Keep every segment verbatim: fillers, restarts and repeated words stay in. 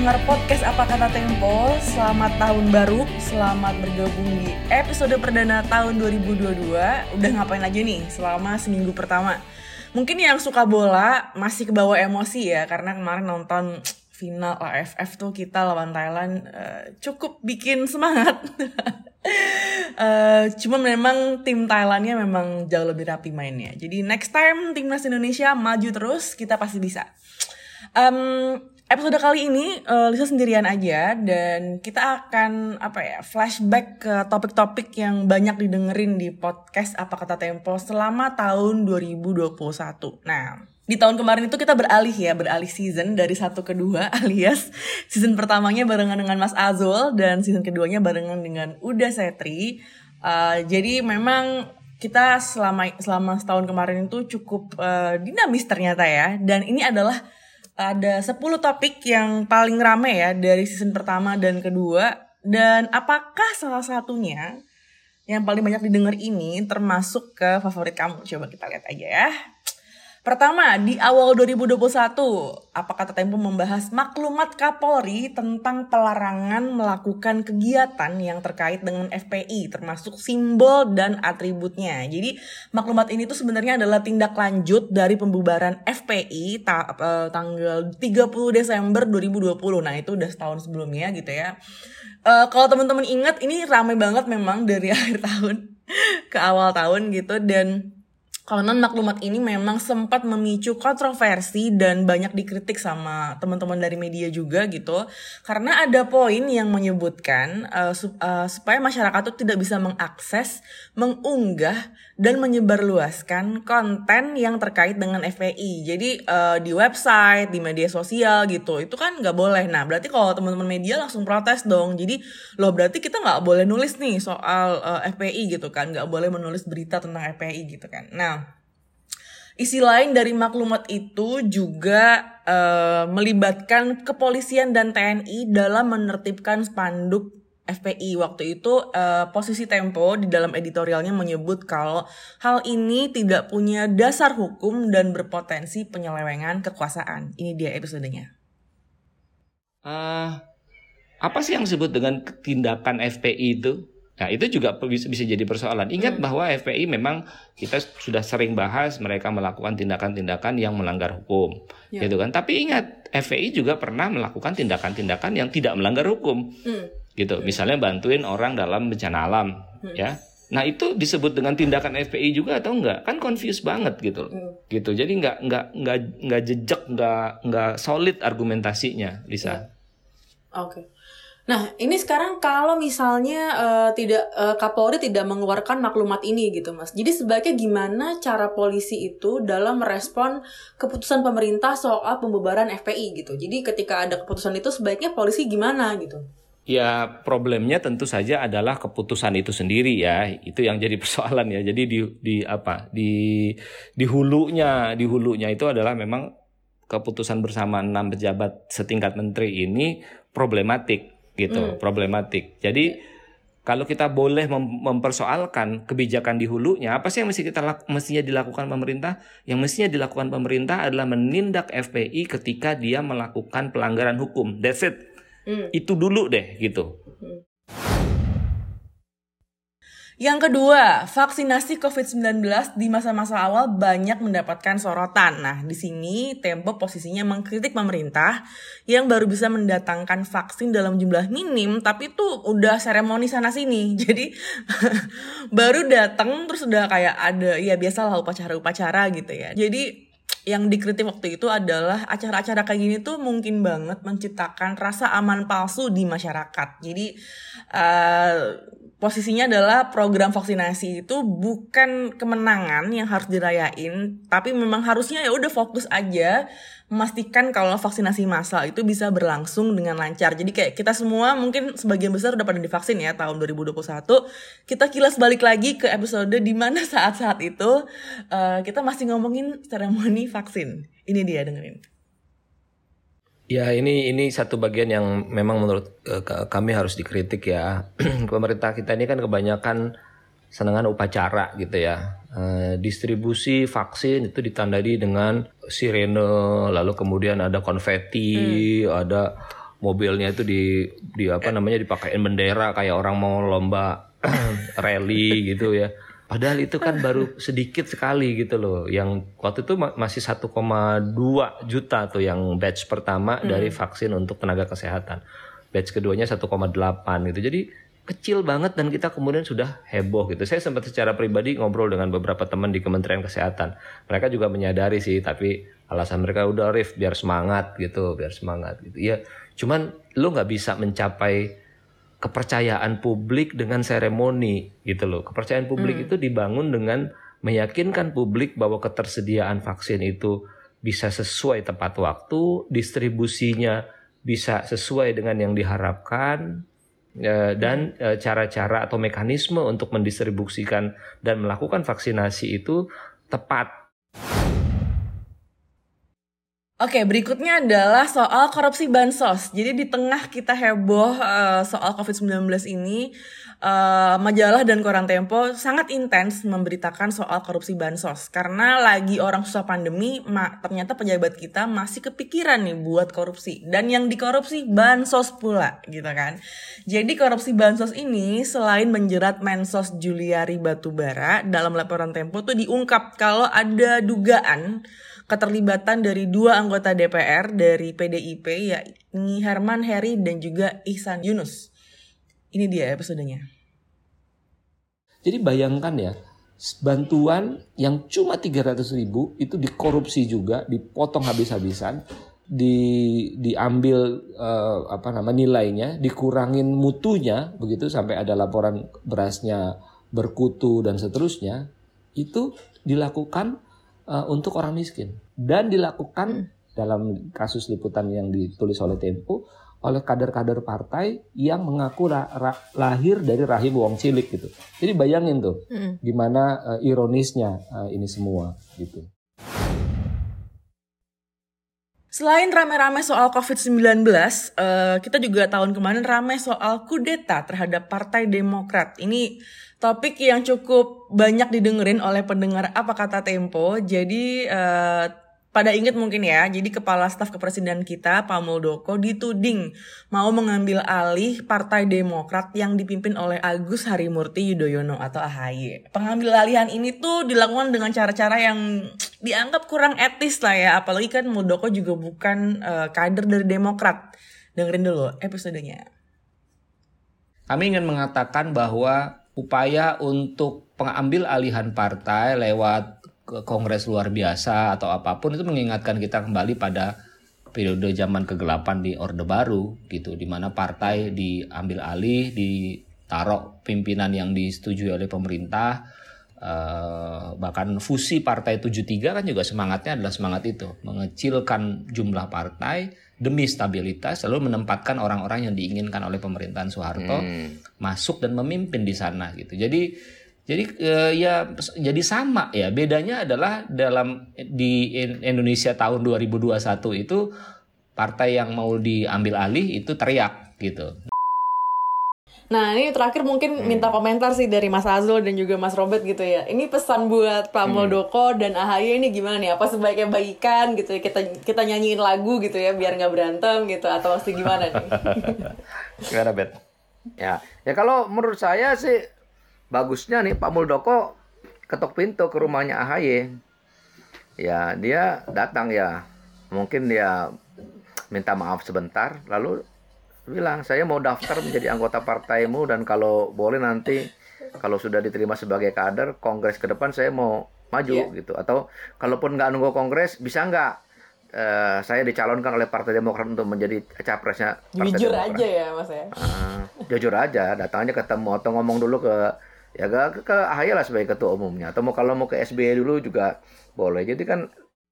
pendengar podcast Apa Kata Tempo. Selamat tahun baru, selamat bergabung di episode perdana tahun dua ribu dua puluh dua. Udah ngapain aja nih selama seminggu pertama? Mungkin yang suka bola masih kebawa emosi ya, karena kemarin nonton final A F F tuh kita lawan Thailand, uh, cukup bikin semangat. uh, Cuma memang tim Thailandnya memang jauh lebih rapi mainnya. Jadi next time timnas Indonesia maju terus, kita pasti bisa. Um, episode kali ini uh, Lisa sendirian aja, dan kita akan apa ya flashback ke topik-topik yang banyak didengerin di podcast Apa Kata Tempo selama tahun dua ribu dua puluh satu. Nah, di tahun kemarin itu kita beralih ya, beralih season dari satu ke dua, alias season pertamanya barengan dengan Mas Azul dan season keduanya barengan dengan Uda Setri. Uh, jadi memang kita selama selama setahun kemarin itu cukup uh, dinamis ternyata ya, dan ini adalah ada sepuluh topik yang paling rame ya dari season pertama dan kedua. Dan apakah salah satunya yang paling banyak didengar ini termasuk ke favorit kamu? Coba kita lihat aja ya. Pertama, di awal dua ribu dua puluh satu, Apa Kata Tempo membahas maklumat Kapolri tentang pelarangan melakukan kegiatan yang terkait dengan F P I, termasuk simbol dan atributnya. Jadi, maklumat ini tuh sebenarnya adalah tindak lanjut dari pembubaran F P I ta- uh, tanggal tiga puluh Desember dua ribu dua puluh. Nah, itu udah setahun sebelumnya gitu ya. Uh, kalau teman-teman ingat, ini ramai banget memang dari akhir tahun ke awal tahun gitu, dan konon maklumat ini memang sempat memicu kontroversi dan banyak dikritik sama teman-teman dari media juga gitu. Karena ada poin yang menyebutkan uh, su- uh, supaya masyarakat tuh tidak bisa mengakses, mengunggah, dan menyebarluaskan konten yang terkait dengan F P I. Jadi uh, di website, di media sosial gitu, itu kan nggak boleh. Nah, berarti kalau teman-teman media langsung protes dong. Jadi loh, berarti kita nggak boleh nulis nih soal uh, F P I gitu kan, nggak boleh menulis berita tentang F P I gitu kan. Nah, isi lain dari maklumat itu juga uh, melibatkan kepolisian dan T N I dalam menertibkan spanduk F P I. Waktu itu uh, posisi Tempo di dalam editorialnya menyebut kalau hal ini tidak punya dasar hukum dan berpotensi penyelewengan kekuasaan. Ini dia episodenya. Uh, apa sih yang disebut dengan tindakan F P I itu? Nah, itu juga bisa, bisa jadi persoalan. Ingat hmm. bahwa F P I memang kita sudah sering bahas mereka melakukan tindakan-tindakan yang melanggar hukum, ya. Gitu kan. Tapi ingat, F P I juga pernah melakukan tindakan-tindakan yang tidak melanggar hukum, hmm. gitu. Hmm. Misalnya bantuin orang dalam bencana alam, hmm. ya. Nah, itu disebut dengan tindakan F P I juga atau enggak? Kan confused banget gitu, hmm. gitu. Jadi nggak nggak nggak nggak jejak, nggak nggak solid argumentasinya, Lisa. Ya. Oke. Okay. Nah, ini sekarang kalau misalnya uh, tidak uh, Kapolri tidak mengeluarkan maklumat ini gitu, Mas. Jadi sebaiknya gimana cara polisi itu dalam merespon keputusan pemerintah soal pembubaran F P I gitu. Jadi ketika ada keputusan itu sebaiknya polisi gimana gitu? Ya, problemnya tentu saja adalah keputusan itu sendiri ya. Itu yang jadi persoalan ya. Jadi di di apa? Di di hulunya, di hulunya itu adalah memang keputusan bersama enam pejabat setingkat menteri ini problematik. Gitu, hmm. problematik. Jadi kalau kita boleh mem- mempersoalkan kebijakan di hulunya, apa sih yang mesti kita lak- mestinya dilakukan pemerintah? Yang mestinya dilakukan pemerintah adalah menindak F P I ketika dia melakukan pelanggaran hukum. That's it. Hmm. Itu dulu deh gitu. Hmm. Yang kedua, vaksinasi covid sembilan belas di masa-masa awal banyak mendapatkan sorotan. Nah, di sini Tempo posisinya mengkritik pemerintah yang baru bisa mendatangkan vaksin dalam jumlah minim, tapi tuh udah seremoni sana-sini. Jadi baru datang terus udah kayak ada, ya biasalah upacara-upacara gitu ya. Jadi yang dikritik waktu itu adalah acara-acara kayak gini tuh mungkin banget menciptakan rasa aman palsu di masyarakat. Jadi uh, posisinya adalah program vaksinasi itu bukan kemenangan yang harus dirayain, tapi memang harusnya ya udah fokus aja memastikan kalau vaksinasi massal itu bisa berlangsung dengan lancar. Jadi kayak kita semua mungkin sebagian besar udah pada divaksin ya tahun dua ribu dua puluh satu. Kita kilas balik lagi ke episode di mana saat-saat itu uh, kita masih ngomongin seremoni vaksin. Ini dia, dengerin. Ya, ini ini satu bagian yang memang menurut uh, kami harus dikritik ya. Pemerintah kita ini kan kebanyakan senangan upacara gitu ya. Uh, distribusi vaksin itu ditandai dengan sirene, lalu kemudian ada konfeti, hmm. ada mobilnya itu di di apa namanya dipakein bendera kayak orang mau lomba rally gitu ya. Padahal itu kan baru sedikit sekali gitu loh. Yang waktu itu masih satu koma dua juta tuh yang batch pertama hmm. dari vaksin untuk tenaga kesehatan. Batch keduanya satu koma delapan gitu. Jadi kecil banget dan kita kemudian sudah heboh gitu. Saya sempat secara pribadi ngobrol dengan beberapa teman di Kementerian Kesehatan. Mereka juga menyadari sih, tapi alasan mereka udah Rif biar semangat gitu, biar semangat gitu. Ya, cuman lu nggak bisa mencapai kepercayaan publik dengan seremoni gitu loh. Kepercayaan publik hmm. itu dibangun dengan meyakinkan publik bahwa ketersediaan vaksin itu bisa sesuai tepat waktu, distribusinya bisa sesuai dengan yang diharapkan, dan cara-cara atau mekanisme untuk mendistribusikan dan melakukan vaksinasi itu tepat. Oke, berikutnya adalah soal korupsi bansos. Jadi di tengah kita heboh uh, soal covid sembilan belas ini, uh, majalah dan koran Tempo sangat intens memberitakan soal korupsi bansos. Karena lagi orang susah pandemi, ma- ternyata pejabat kita masih kepikiran nih buat korupsi. Dan yang dikorupsi bansos pula, gitu kan. Jadi korupsi bansos ini selain menjerat Mensos Juliari Batubara, dalam laporan Tempo tuh diungkap kalau ada dugaan keterlibatan dari dua anggota D P R dari P D I P, yakni Herman Heri dan juga Ihsan Yunus. Ini dia episodenya. Jadi bayangkan ya, bantuan yang cuma tiga ratus ribu itu dikorupsi juga, dipotong habis-habisan, di diambil uh, apa nama nilainya, dikurangin mutunya, begitu sampai ada laporan berasnya berkutu dan seterusnya. Itu dilakukan Uh, untuk orang miskin dan dilakukan hmm. dalam kasus liputan yang ditulis oleh Tempo oleh kader-kader partai yang mengaku ra- ra- lahir dari rahim wong cilik gitu. Jadi bayangin tuh hmm. gimana uh, ironisnya uh, ini semua gitu. Selain rame-rame soal covid sembilan belas, uh, kita juga tahun kemarin rame soal kudeta terhadap Partai Demokrat. Ini topik yang cukup banyak didengerin oleh pendengar Apa Kata Tempo. Jadi uh, pada ingat mungkin ya, jadi Kepala Staf Kepresidenan kita, Pak Muldoko, dituding mau mengambil alih Partai Demokrat yang dipimpin oleh Agus Harimurti Yudhoyono atau A H Y. Pengambil alihan ini tuh dilakukan dengan cara-cara yang dianggap kurang etis lah ya, apalagi kan Muldoko juga bukan uh, kader dari Demokrat. Dengerin dulu episodenya. Kami ingin mengatakan bahwa upaya untuk pengambil alihan partai lewat kongres luar biasa atau apapun itu mengingatkan kita kembali pada periode zaman kegelapan di Orde Baru gitu, di mana partai diambil alih, ditaruh pimpinan yang disetujui oleh pemerintah, eh, bahkan fusi partai tujuh tiga kan juga semangatnya adalah semangat itu, mengecilkan jumlah partai demi stabilitas, lalu menempatkan orang-orang yang diinginkan oleh pemerintahan Soeharto hmm. masuk dan memimpin di sana gitu. Jadi Jadi uh, ya jadi sama ya, bedanya adalah dalam di Indonesia tahun dua ribu dua puluh satu itu partai yang mau diambil alih itu teriak gitu. Nah ini terakhir mungkin hmm. minta komentar sih dari Mas Azul dan juga Mas Robert gitu ya. Ini pesan buat Pak hmm. Muldoko dan A H Y ini gimana nih? Apa sebaiknya baikan gitu ya, kita kita nyanyiin lagu gitu ya biar nggak berantem gitu, atau mesti gimana nih? Gimana Bet? Ya, ya kalau menurut saya sih bagusnya nih Pak Muldoko ketok pintu ke rumahnya A H Y. Ya dia datang ya, mungkin dia minta maaf sebentar, lalu bilang saya mau daftar menjadi anggota partaimu dan kalau boleh nanti kalau sudah diterima sebagai kader kongres ke depan saya mau maju yeah. gitu. Atau kalaupun nggak nunggu kongres bisa nggak uh, saya dicalonkan oleh Partai Demokrat untuk menjadi capresnya Partai jujur Demokrat. Aja ya Mas ya. Uh, jujur aja, datang aja ketemu atau ngomong dulu ke ya ke, ke A H Y lah sebagai ketua umumnya, atau mau kalau mau ke S B Y dulu juga boleh. Jadi kan.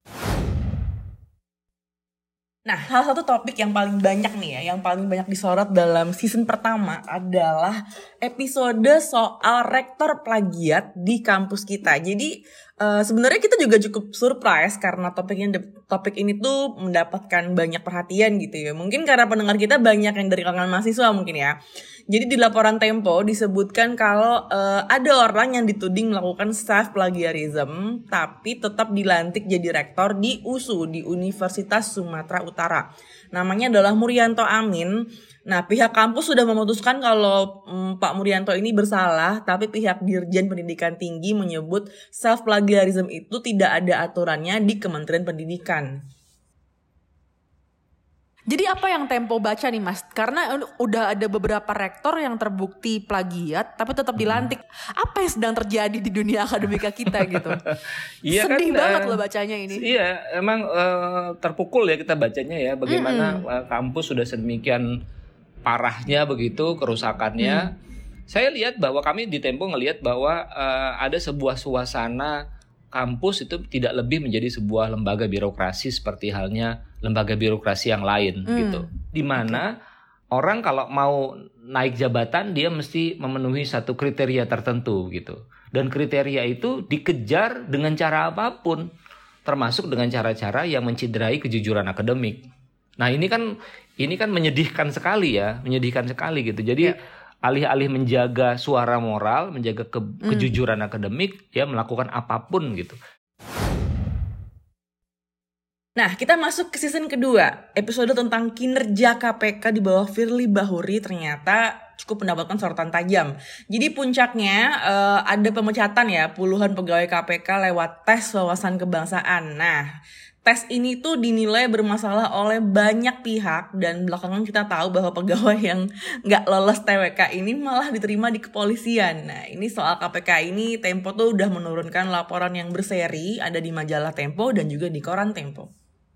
Nah, salah satu topik yang paling banyak nih ya, yang paling banyak disorot dalam season pertama adalah episode soal rektor plagiat di kampus kita. Jadi Uh, sebenarnya kita juga cukup surprise karena topik ini topik ini tuh mendapatkan banyak perhatian gitu ya. Mungkin karena pendengar kita banyak yang dari kalangan mahasiswa mungkin ya. Jadi di laporan Tempo disebutkan kalau uh, ada orang yang dituding melakukan self plagiarism tapi tetap dilantik jadi rektor di U S U di Universitas Sumatera Utara. Namanya adalah Murianto Amin. Nah, pihak kampus sudah memutuskan kalau mm, Pak Murianto ini bersalah, tapi pihak Dirjen Pendidikan Tinggi menyebut self plagiarism itu tidak ada aturannya di Kementerian Pendidikan. Jadi apa yang Tempo baca nih Mas? Karena udah ada beberapa rektor yang terbukti plagiat tapi tetap dilantik. Apa yang sedang terjadi di dunia akademika kita gitu? Iya Sedih kan, banget uh, loh bacanya ini. Iya, emang uh, terpukul ya kita bacanya ya. Bagaimana mm-hmm. uh, kampus sudah sedemikian parahnya begitu kerusakannya. Mm. Saya lihat bahwa kami di Tempo ngelihat bahwa uh, ada sebuah suasana kampus itu tidak lebih menjadi sebuah lembaga birokrasi seperti halnya lembaga birokrasi yang lain hmm. gitu. Di mana okay. orang kalau mau naik jabatan dia mesti memenuhi satu kriteria tertentu gitu. Dan kriteria itu dikejar dengan cara apapun, termasuk dengan cara-cara yang menciderai kejujuran akademik. Nah, ini kan ini kan menyedihkan sekali ya, menyedihkan sekali gitu. Jadi yeah. alih-alih menjaga suara moral, menjaga ke, mm. kejujuran akademik, ya melakukan apapun gitu. Nah, kita masuk ke season kedua. Episode tentang kinerja K P K di bawah Firly Bahuri ternyata cukup mendapatkan sorotan tajam. Jadi puncaknya uh, ada pemecatan ya puluhan pegawai K P K lewat tes wawasan kebangsaan. Nah, tes ini tuh dinilai bermasalah oleh banyak pihak dan belakangan kita tahu bahwa pegawai yang nggak lolos T W K ini malah diterima di kepolisian. Nah, ini soal K P K ini Tempo tuh udah menurunkan laporan yang berseri ada di majalah Tempo dan juga di koran Tempo.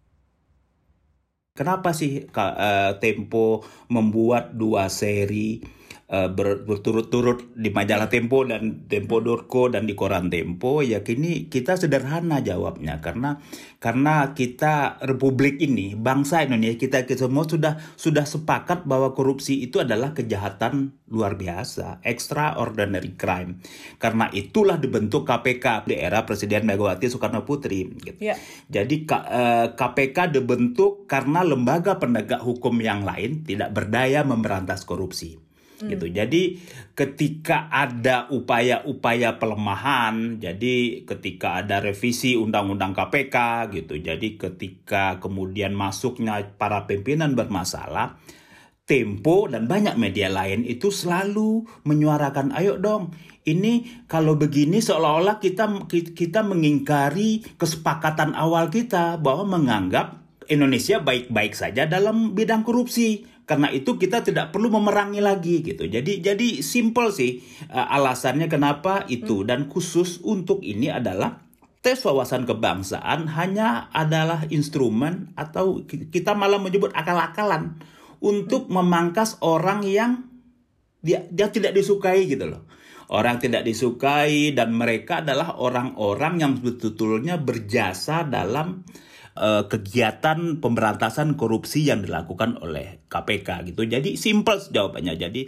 Kenapa sih uh, Tempo membuat dua seri uh, ber, berturut-turut di majalah Tempo dan Tempo dot co dan di koran Tempo? Ya kini kita sederhana jawabnya karena karena kita Republik ini, bangsa Indonesia kita, kita semua sudah sudah sepakat bahwa korupsi itu adalah kejahatan luar biasa, extraordinary crime. Karena itulah dibentuk K P K di era Presiden Megawati Soekarno Putri. Gitu. Yeah. Jadi K P K dibentuk karena lembaga penegak hukum yang lain tidak berdaya memberantas korupsi. Hmm. Gitu. Jadi ketika ada upaya-upaya pelemahan, jadi ketika ada revisi undang-undang K P K gitu. Jadi ketika kemudian masuknya para pimpinan bermasalah, Tempo dan banyak media lain itu selalu menyuarakan, ayo dong, ini kalau begini seolah-olah kita kita mengingkari kesepakatan awal kita bahwa menganggap Indonesia baik-baik saja dalam bidang korupsi. Karena itu kita tidak perlu memerangi lagi gitu. Jadi jadi simple sih uh, alasannya kenapa itu, dan khusus untuk ini adalah tes wawasan kebangsaan hanya adalah instrumen atau kita malah menyebut akal-akalan untuk memangkas orang yang dia, dia tidak disukai gitu loh. Orang tidak disukai dan mereka adalah orang-orang yang sebetulnya berjasa dalam uh, kegiatan pemberantasan korupsi yang dilakukan oleh K P K gitu. Jadi simple jawabannya. Jadi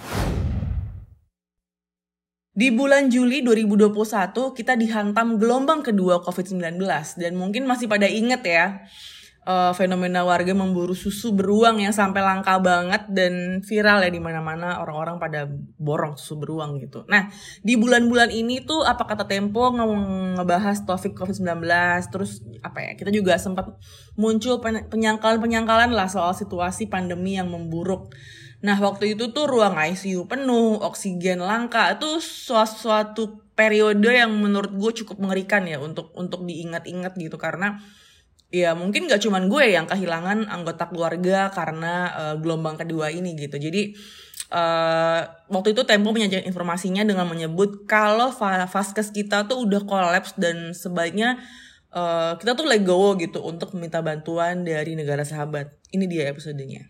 di bulan Juli dua ribu dua puluh satu kita dihantam gelombang kedua covid sembilan belas dan mungkin masih pada inget ya. Uh, fenomena warga memburu susu beruang yang sampai langka banget dan viral ya di mana-mana, orang-orang pada borong susu beruang gitu. Nah, di bulan-bulan ini tuh apa kata Tempo nge- ngebahas topik covid sembilan belas, terus apa ya? Kita juga sempat muncul pen- penyangkalan-penyangkalan lah soal situasi pandemi yang memburuk. Nah, waktu itu tuh ruang I C U penuh, oksigen langka. Itu suatu periode yang menurut gue cukup mengerikan ya untuk untuk diingat-ingat gitu, karena ya mungkin gak cuman gue yang kehilangan anggota keluarga karena uh, gelombang kedua ini gitu. Jadi uh, waktu itu Tempo menyajikan informasinya dengan menyebut kalau vaskes kita tuh udah kolaps dan sebaiknya uh, kita tuh legowo gitu untuk meminta bantuan dari negara sahabat. Ini dia episodenya.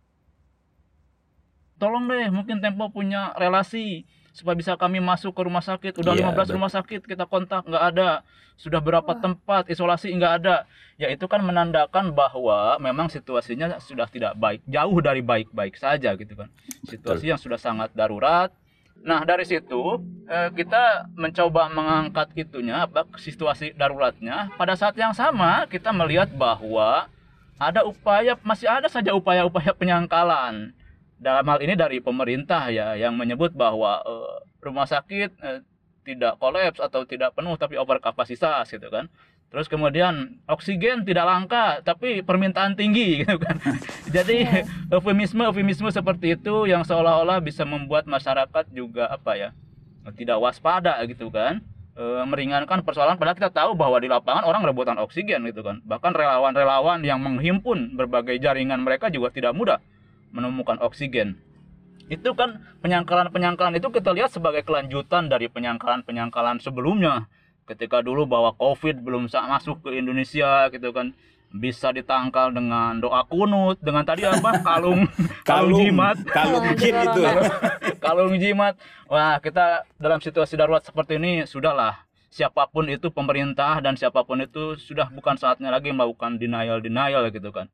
Tolong deh, mungkin Tempo punya relasi supaya bisa kami masuk ke rumah sakit. Udah yeah, lima belas betul. Rumah sakit kita kontak, nggak ada. Sudah berapa Wah. tempat isolasi, nggak ada. Ya itu kan menandakan bahwa memang situasinya sudah tidak baik, jauh dari baik-baik saja gitu kan. Situasi betul. Yang sudah sangat darurat. Nah dari situ eh, kita mencoba mengangkat itunya apa situasi daruratnya. Pada saat yang sama kita melihat bahwa ada upaya masih ada saja upaya-upaya penyangkalan. Dalam hal ini dari pemerintah ya yang menyebut bahwa eh, rumah sakit eh, tidak kolaps atau tidak penuh tapi over kapasitas gitu kan. Terus kemudian oksigen tidak langka tapi permintaan tinggi gitu kan. Jadi eufemisme eufemisme seperti itu yang seolah-olah bisa membuat masyarakat juga apa ya tidak waspada gitu kan. E, meringankan persoalan padahal kita tahu bahwa di lapangan orang rebutan oksigen gitu kan. Bahkan relawan-relawan yang menghimpun berbagai jaringan mereka juga tidak mudah menemukan oksigen. Itu kan penyangkalan-penyangkalan itu kita lihat sebagai kelanjutan dari penyangkalan-penyangkalan sebelumnya. Ketika dulu bahwa COVID belum masuk ke Indonesia gitu kan, bisa ditangkal dengan doa kunut, dengan tadi apa kalung kalung jimat, kalung jin itu. Kalung jimat. Wah, kita dalam situasi darurat seperti ini sudahlah. Siapapun itu pemerintah dan siapapun itu sudah bukan saatnya lagi melakukan denial-denial gitu kan.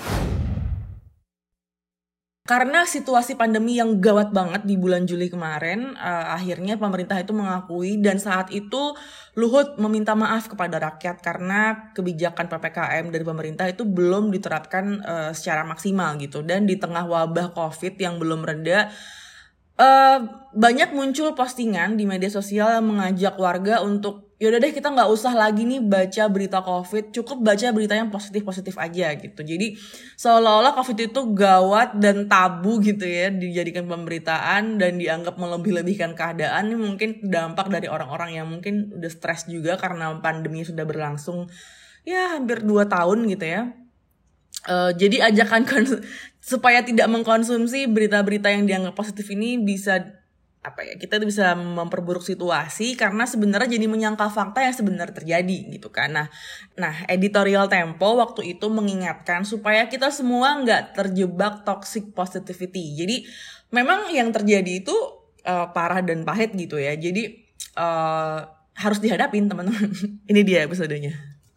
Karena situasi pandemi yang gawat banget di bulan Juli kemarin, uh, akhirnya pemerintah itu mengakui dan saat itu Luhut meminta maaf kepada rakyat karena kebijakan P P K M dari pemerintah itu belum diterapkan uh, secara maksimal gitu. Dan di tengah wabah COVID yang belum reda, uh, banyak muncul postingan di media sosial yang mengajak warga untuk yaudah deh kita nggak usah lagi nih baca berita COVID, cukup baca berita yang positif-positif aja gitu. Jadi seolah-olah COVID itu gawat dan tabu gitu ya dijadikan pemberitaan dan dianggap melebih-lebihkan keadaan. Ini mungkin dampak dari orang-orang yang mungkin udah stres juga karena pandemi sudah berlangsung ya hampir dua tahun gitu ya. Uh, jadi ajakan kons- supaya tidak mengkonsumsi berita-berita yang dianggap positif ini bisa apa ya kita tuh bisa memperburuk situasi karena sebenarnya jadi menyangkal fakta yang sebenarnya terjadi gitu kan. Nah, nah editorial Tempo waktu itu mengingatkan supaya kita semua nggak terjebak toxic positivity. Jadi memang yang terjadi itu uh, parah dan pahit gitu ya. Jadi uh, harus dihadapin teman-teman. Ini dia episodenya.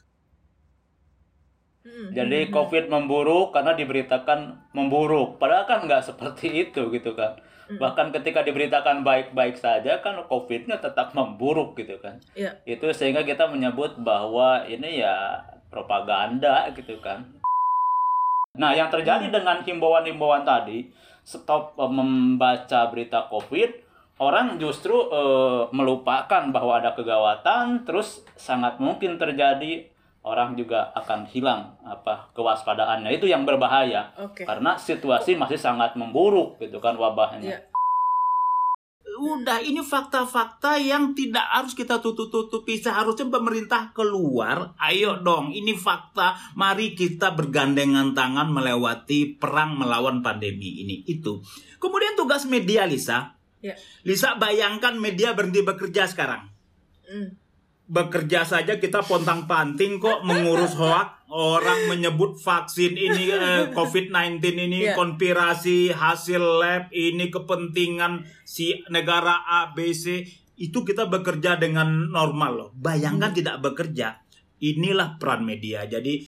Jadi COVID memburuk karena diberitakan memburuk. Padahal kan nggak seperti itu gitu kan. Bahkan ketika diberitakan baik-baik saja kan COVID-nya tetap memburuk gitu kan. Yeah. Itu sehingga kita menyebut bahwa ini ya propaganda gitu kan. Nah yang terjadi dengan himbauan-himbauan tadi, stop uh, membaca berita COVID, orang justru uh, melupakan bahwa ada kegawatan, terus sangat mungkin terjadi orang juga akan hilang apa kewaspadaannya. Itu yang berbahaya. Okay. Karena situasi masih sangat memburuk gitu kan wabahnya. Yeah. Udah, ini fakta-fakta yang tidak harus kita tutup-tutupi. Seharusnya pemerintah keluar. Ayo dong, ini fakta. Mari kita bergandengan tangan melewati perang melawan pandemi ini. Itu. Kemudian tugas media, Lisa. Yeah. Lisa, bayangkan media berhenti bekerja sekarang. Mm. Bekerja saja kita pontang-panting kok mengurus hoak. Orang menyebut vaksin ini eh, covid sembilan belas ini yeah. konspirasi hasil lab, ini kepentingan si negara A, B, C. Itu kita bekerja dengan normal loh. Bayangkan hmm. tidak bekerja. Inilah peran media. Jadi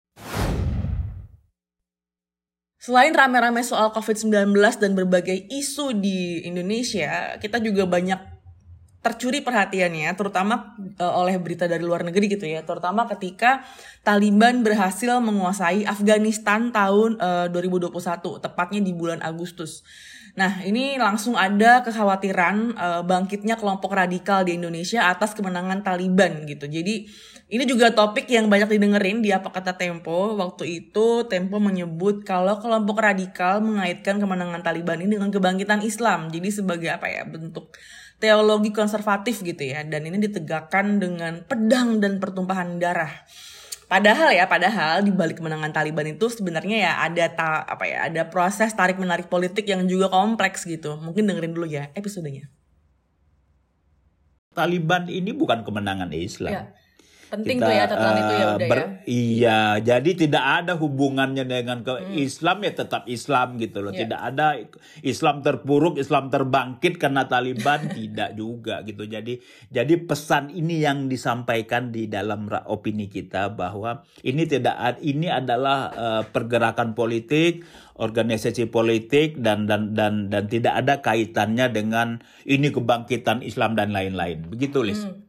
selain rame-rame soal covid sembilan belas dan berbagai isu di Indonesia, kita juga banyak tercuri perhatiannya, terutama uh, oleh berita dari luar negeri gitu ya, terutama ketika Taliban berhasil menguasai Afghanistan tahun uh, dua ribu dua puluh satu, tepatnya di bulan Agustus. Nah, ini langsung ada kekhawatiran uh, bangkitnya kelompok radikal di Indonesia atas kemenangan Taliban gitu. Jadi ini juga topik yang banyak didengerin di Apa Kata Tempo. Waktu itu Tempo menyebut kalau kelompok radikal mengaitkan kemenangan Taliban ini dengan kebangkitan Islam. Jadi sebagai apa ya, bentuk teologi konservatif gitu ya, dan ini ditegakkan dengan pedang dan pertumpahan darah. Padahal ya, padahal di balik kemenangan Taliban itu sebenarnya ya ada ta, apa ya, ada proses tarik menarik politik yang juga kompleks gitu. Mungkin dengerin dulu ya episodenya. Taliban ini bukan kemenangan Islam. Ya. Penting kita, tuh ya catatan itu ya uh, udah ber- ya. Iya, jadi tidak ada hubungannya dengan ke Hmm. Islam ya tetap Islam gitu loh. Iya. Tidak ada Islam terpuruk, Islam terbangkit karena Taliban tidak juga gitu. Jadi jadi pesan ini yang disampaikan di dalam ra- opini kita bahwa ini tidak ad- ini adalah uh, pergerakan politik, organisasi politik dan dan dan dan tidak ada kaitannya dengan ini kebangkitan Islam dan lain-lain. Begitu, Lis. Hmm.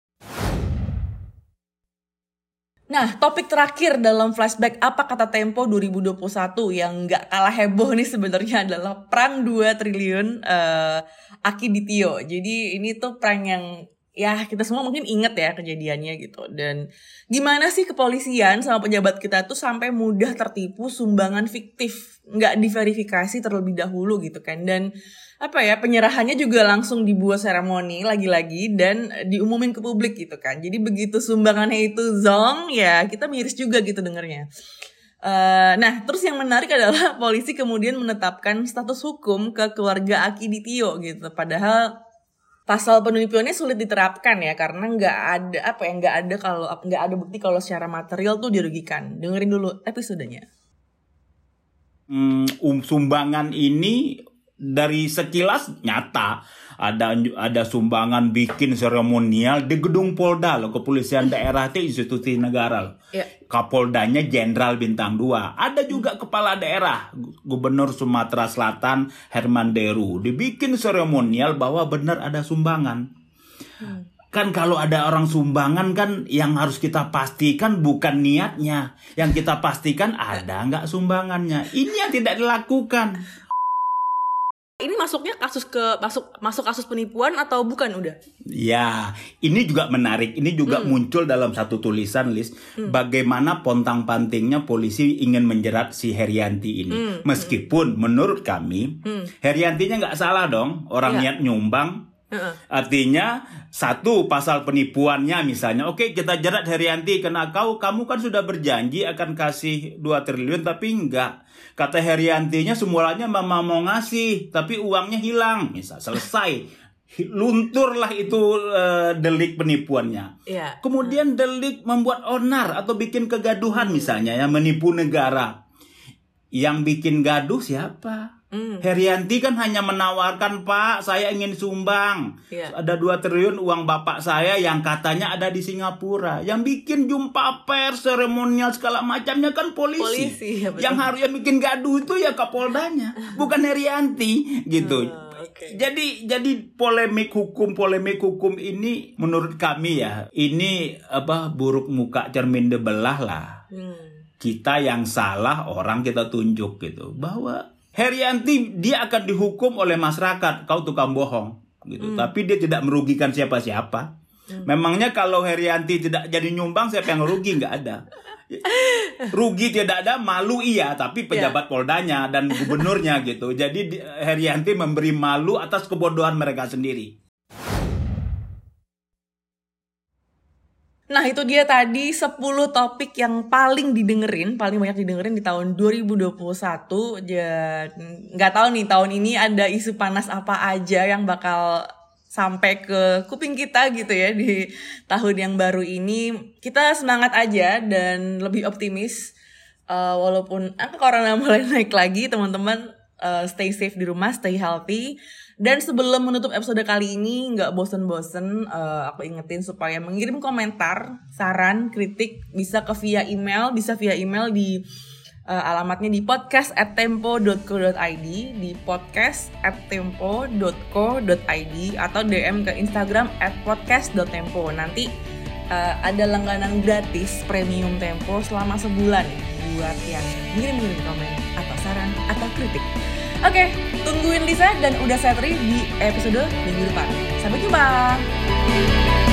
Nah, topik terakhir dalam flashback apa kata Tempo dua ribu dua puluh satu yang nggak kalah heboh nih sebenarnya adalah prank dua triliun uh, Aki Ditio. Jadi ini tuh prank yang ya kita semua mungkin inget ya kejadiannya gitu. Dan gimana sih kepolisian sama pejabat kita tuh sampai mudah tertipu sumbangan fiktif, nggak diverifikasi terlebih dahulu gitu kan. Dan apa ya, penyerahannya juga langsung dibuat seremoni lagi-lagi dan diumumin ke publik gitu kan. Jadi begitu sumbangannya itu zong, ya kita miris juga gitu dengernya. Uh, nah, terus yang menarik adalah polisi kemudian menetapkan status hukum ke keluarga Aki Ditio gitu. Padahal pasal penipuannya sulit diterapkan ya karena nggak ada apa ya nggak ada kalau nggak ada bukti kalau secara material tuh dirugikan. Dengerin dulu episodenya. Hmm, um, sumbangan ini dari sekilas nyata ada ada sumbangan bikin seremonial di gedung Polda loh, kepolisian daerah itu institusi negara loh. Ya. Kapoldanya Jenderal Bintang dua. Ada juga kepala daerah Gubernur Sumatera Selatan Herman Deru dibikin seremonial bahwa benar ada sumbangan. Hmm. Kan kalau ada orang sumbangan kan yang harus kita pastikan bukan niatnya, yang kita pastikan ada nggak sumbangannya. Ini yang tidak dilakukan. Ini masuknya kasus ke masuk masuk kasus penipuan atau bukan udah? Ya, ini juga menarik. Ini juga hmm. muncul dalam satu tulisan, Lis. Hmm. Bagaimana pontang-pantingnya polisi ingin menjerat si Herianti ini. Hmm. Meskipun hmm. menurut kami, hmm. Heriantinya nggak salah dong. Orang ya. niat nyumbang. Uh-uh. Artinya satu pasal penipuannya misalnya, oke kita jerat Herianti karena kau kamu kan sudah berjanji akan kasih dua triliun tapi enggak. Kata Heriantinya semulanya mama mau ngasih tapi uangnya hilang, misal selesai. Lunturlah itu uh, delik penipuannya. Yeah. Kemudian delik membuat onar atau bikin kegaduhan misalnya ya, menipu negara. Yang bikin gaduh siapa? Mm. Herianti kan hanya menawarkan, Pak, saya ingin sumbang. Yeah. Ada dua triliun uang bapak saya yang katanya ada di Singapura. Yang bikin jumpa pers, seremonial segala macamnya kan polisi. polisi ya, yang harus yang bikin gaduh itu ya Kapoldanya, bukan Herianti gitu. Uh, okay. Jadi jadi polemik hukum polemik hukum ini menurut kami ya ini apa buruk muka cermin debelah lah. Mm. Kita yang salah orang kita tunjuk gitu bahwa Herianti dia akan dihukum oleh masyarakat, kau tukang bohong gitu. Hmm. Tapi dia tidak merugikan siapa-siapa. Hmm. Memangnya kalau Herianti tidak jadi nyumbang siapa yang rugi? Nggak ada. Rugi tidak ada, malu iya, tapi pejabat yeah. Poldanya dan gubernurnya gitu. Jadi Herianti memberi malu atas kebodohan mereka sendiri. Nah itu dia tadi sepuluh topik yang paling didengerin, paling banyak didengerin di tahun dua ribu dua puluh satu. Dan nggak tahu nih tahun ini ada isu panas apa aja yang bakal sampai ke kuping kita gitu ya di tahun yang baru ini. Kita semangat aja dan lebih optimis. Uh, walaupun angka corona mulai naik lagi, teman-teman uh, stay safe di rumah, stay healthy. Dan sebelum menutup episode kali ini, nggak bosen-bosen, uh, aku ingetin supaya mengirim komentar, saran, kritik, bisa ke via email, bisa via email di uh, alamatnya di podcast at tempo dot co dot id, di podcast at tempo dot co dot id, atau D M ke Instagram at podcast dot tempo. Nanti uh, ada langganan gratis premium Tempo selama sebulan buat yang ngirim-ngirim komen atau saran atau kritik. Oke, tungguin Lisa dan Udah Setri di episode minggu depan. Sampai jumpa!